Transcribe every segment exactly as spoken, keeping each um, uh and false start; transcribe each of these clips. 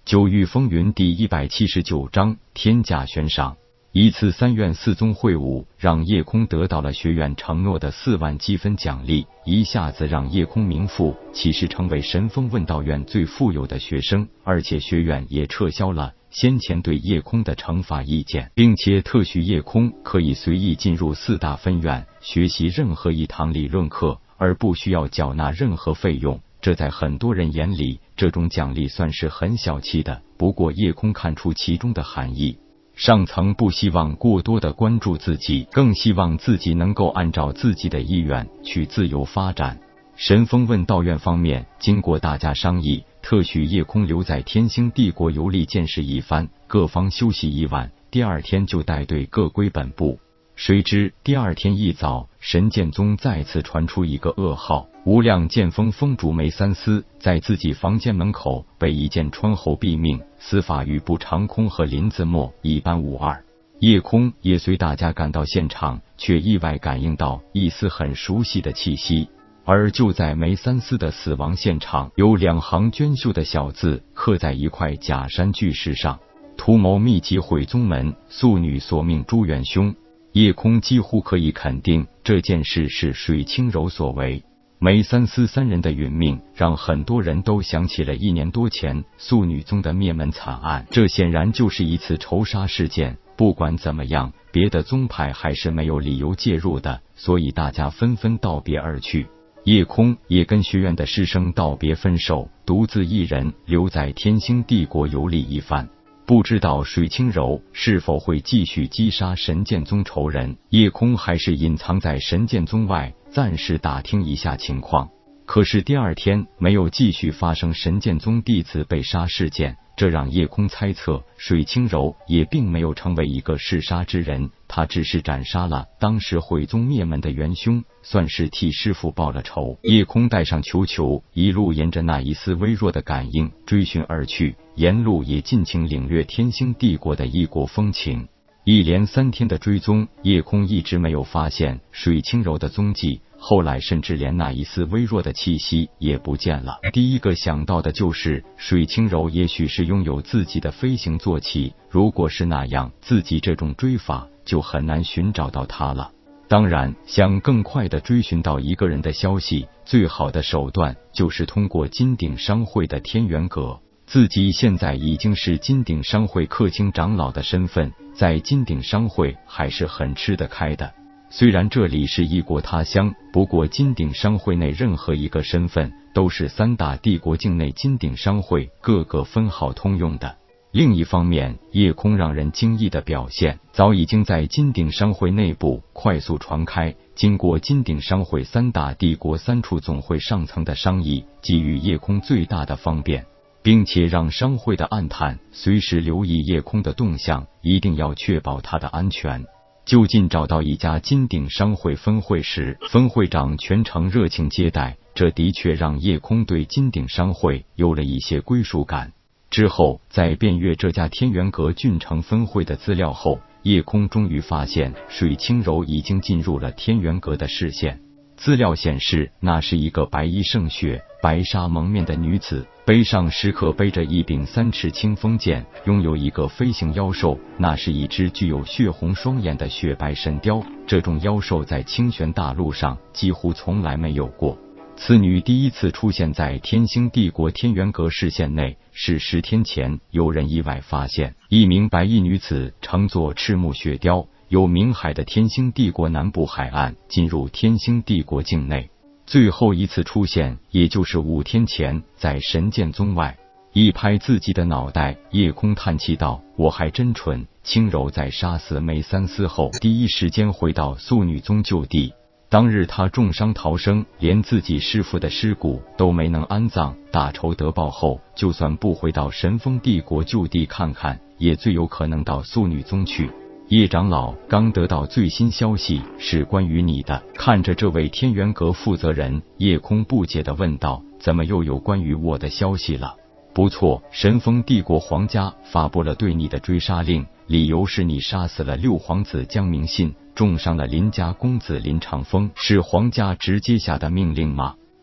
九域风云第一百七十九章天价悬赏。一次三院四宗会晤，让叶空得到了学院承诺的四万积分奖励，一下子让叶空名副其实成为神风问道院最富有的学生。而且学院也撤销了先前对叶空的惩罚意见，并且特许叶空可以随意进入四大分院学习任何一堂理论课，而不需要缴纳任何费用。这在很多人眼里，这种奖励算是很小气的。不过叶空看出其中的含义，上层不希望过多的关注自己，更希望自己能够按照自己的意愿去自由发展。神风问道院方面经过大家商议，特许叶空留在天星帝国游历见识一番，各方休息一晚，第二天就带队各归本部。谁知第二天一早，神剑宗再次传出一个噩耗，无量剑锋锋主梅三思在自己房间门口被一剑穿喉毙命，死法与步长空和林子墨一般无二。叶空也随大家赶到现场，却意外感应到一丝很熟悉的气息。而就在梅三思的死亡现场，有两行娟秀的小字刻在一块假山巨石上：图谋秘籍毁宗门，素女索命朱元凶。叶空几乎可以肯定这件事是水清柔所为。梅三思三人的殒命，让很多人都想起了一年多前素女宗的灭门惨案，这显然就是一次仇杀事件。不管怎么样，别的宗派还是没有理由介入的，所以大家纷纷道别而去。叶空也跟学院的师生道别分手，独自一人留在天星帝国游历一番。不知道水清柔是否会继续击杀神剑宗仇人，叶空还是隐藏在神剑宗外，暂时打听一下情况。可是第二天没有继续发生神剑宗弟子被杀事件，这让叶空猜测水清柔也并没有成为一个嗜杀之人，他只是斩杀了当时毁宗灭门的元凶，算是替师父报了仇。叶空带上球球，一路沿着那一丝微弱的感应追寻而去，沿路也尽情领略天星帝国的异国风情。一连三天的追踪，叶空一直没有发现水清柔的踪迹，后来甚至连那一丝微弱的气息也不见了。第一个想到的就是水清柔也许是拥有自己的飞行坐骑，如果是那样，自己这种追法就很难寻找到他了。当然，想更快的追寻到一个人的消息，最好的手段就是通过金鼎商会的天元阁。自己现在已经是金鼎商会客卿长老的身份，在金鼎商会还是很吃得开的。虽然这里是异国他乡，不过金鼎商会内任何一个身份都是三大帝国境内金鼎商会各个分号通用的。另一方面，叶空让人惊异的表现早已经在金鼎商会内部快速传开，经过金鼎商会三大帝国三处总会上层的商议，给予叶空最大的方便，并且让商会的暗探随时留意叶空的动向，一定要确保他的安全。就近找到一家金鼎商会分会时，分会长全程热情接待，这的确让叶空对金鼎商会有了一些归属感。之后在遍阅这家天元阁郡城分会的资料后，叶空终于发现水清柔已经进入了天元阁的视线。资料显示，那是一个白衣胜雪、白纱蒙面的女子，背上时刻背着一柄三尺清风剑，拥有一个飞行妖兽，那是一只具有血红双眼的雪白神雕。这种妖兽在清玄大陆上几乎从来没有过。此女第一次出现在天星帝国天元阁视线内，是十天前有人意外发现一名白衣女子乘坐赤木雪雕，由明海的天星帝国南部海岸进入天星帝国境内。最后一次出现，也就是五天前，在神剑宗外。一拍自己的脑袋，叶空叹气道：“我还真蠢。”轻柔在杀死梅三思后，第一时间回到素女宗就地。当日他重伤逃生，连自己师父的尸骨都没能安葬。大仇得报后，就算不回到神风帝国就地看看，也最有可能到素女宗去。叶长老，刚得到最新消息，是关于你的。看着这位天元阁负责人，叶空不解地问道：“怎么又有关于我的消息了？”不错，神风帝国皇家发布了对你的追杀令，理由是你杀死了六皇子江明信，重伤了林家公子林长风，是皇家直接下的命令吗？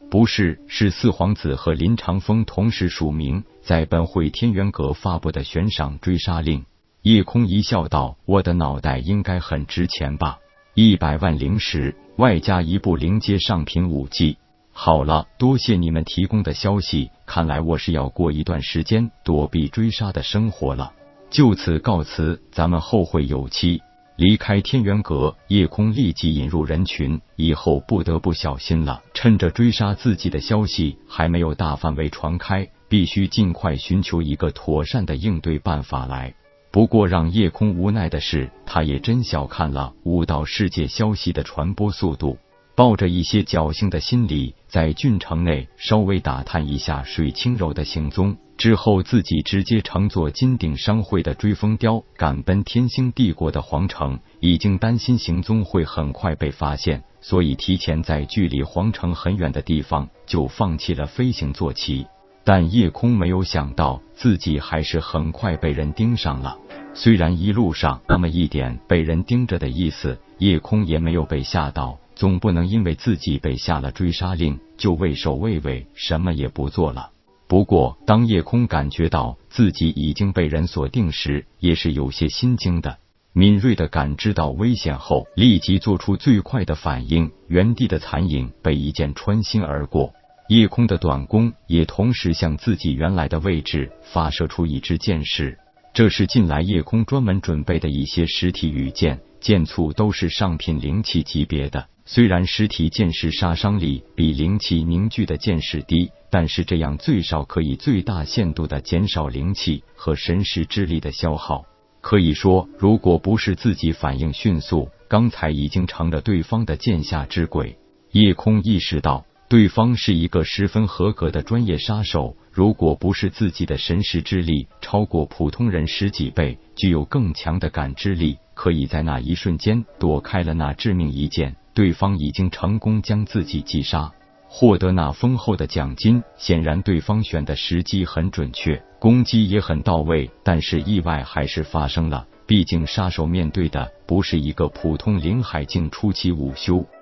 不是，是四皇子和林长风同时署名在本会天元阁发布的悬赏追杀令。叶空一笑道：“我的脑袋应该很值钱吧？一百万灵石，外加一部灵阶上品武技。好了，多谢你们提供的消息，看来我是要过一段时间躲避追杀的生活了。就此告辞，咱们后会有期。”离开天元阁，叶空立即引入人群，以后不得不小心了。趁着追杀自己的消息还没有大范围传开，必须尽快寻求一个妥善的应对办法来。不过让叶空无奈的是，他也真小看了武道世界消息的传播速度。抱着一些侥幸的心理，在郡城内稍微打探一下水清柔的行踪之后，自己直接乘坐金鼎商会的追风雕赶奔天星帝国的皇城。已经担心行踪会很快被发现，所以提前在距离皇城很远的地方就放弃了飞行坐骑。但叶空没有想到，自己还是很快被人盯上了。虽然一路上那么一点被人盯着的意思，叶空也没有被吓到。总不能因为自己被下了追杀令，就畏首畏尾，什么也不做了。不过，当叶空感觉到自己已经被人锁定时，也是有些心惊的。敏锐的感知到危险后，立即做出最快的反应，原地的残影被一剑穿心而过。叶空的短弓也同时向自己原来的位置发射出一支箭矢。这是近来叶空专门准备的一些实体羽箭，箭簇都是上品灵气级别的。虽然实体箭矢杀伤力比灵气凝聚的箭矢低，但是这样最少可以最大限度的减少灵气和神识之力的消耗。可以说，如果不是自己反应迅速，刚才已经成了对方的剑下之鬼。叶空意识到，对方是一个十分合格的专业杀手，如果不是自己的神识之力超过普通人十几倍，具有更强的感知力，可以在那一瞬间躲开了那致命一剑。对方已经成功将自己击杀，获得那丰厚的奖金。显然对方选的时机很准确，攻击也很到位，但是意外还是发生了。毕竟杀手面对的不是一个普通灵海境初期武修，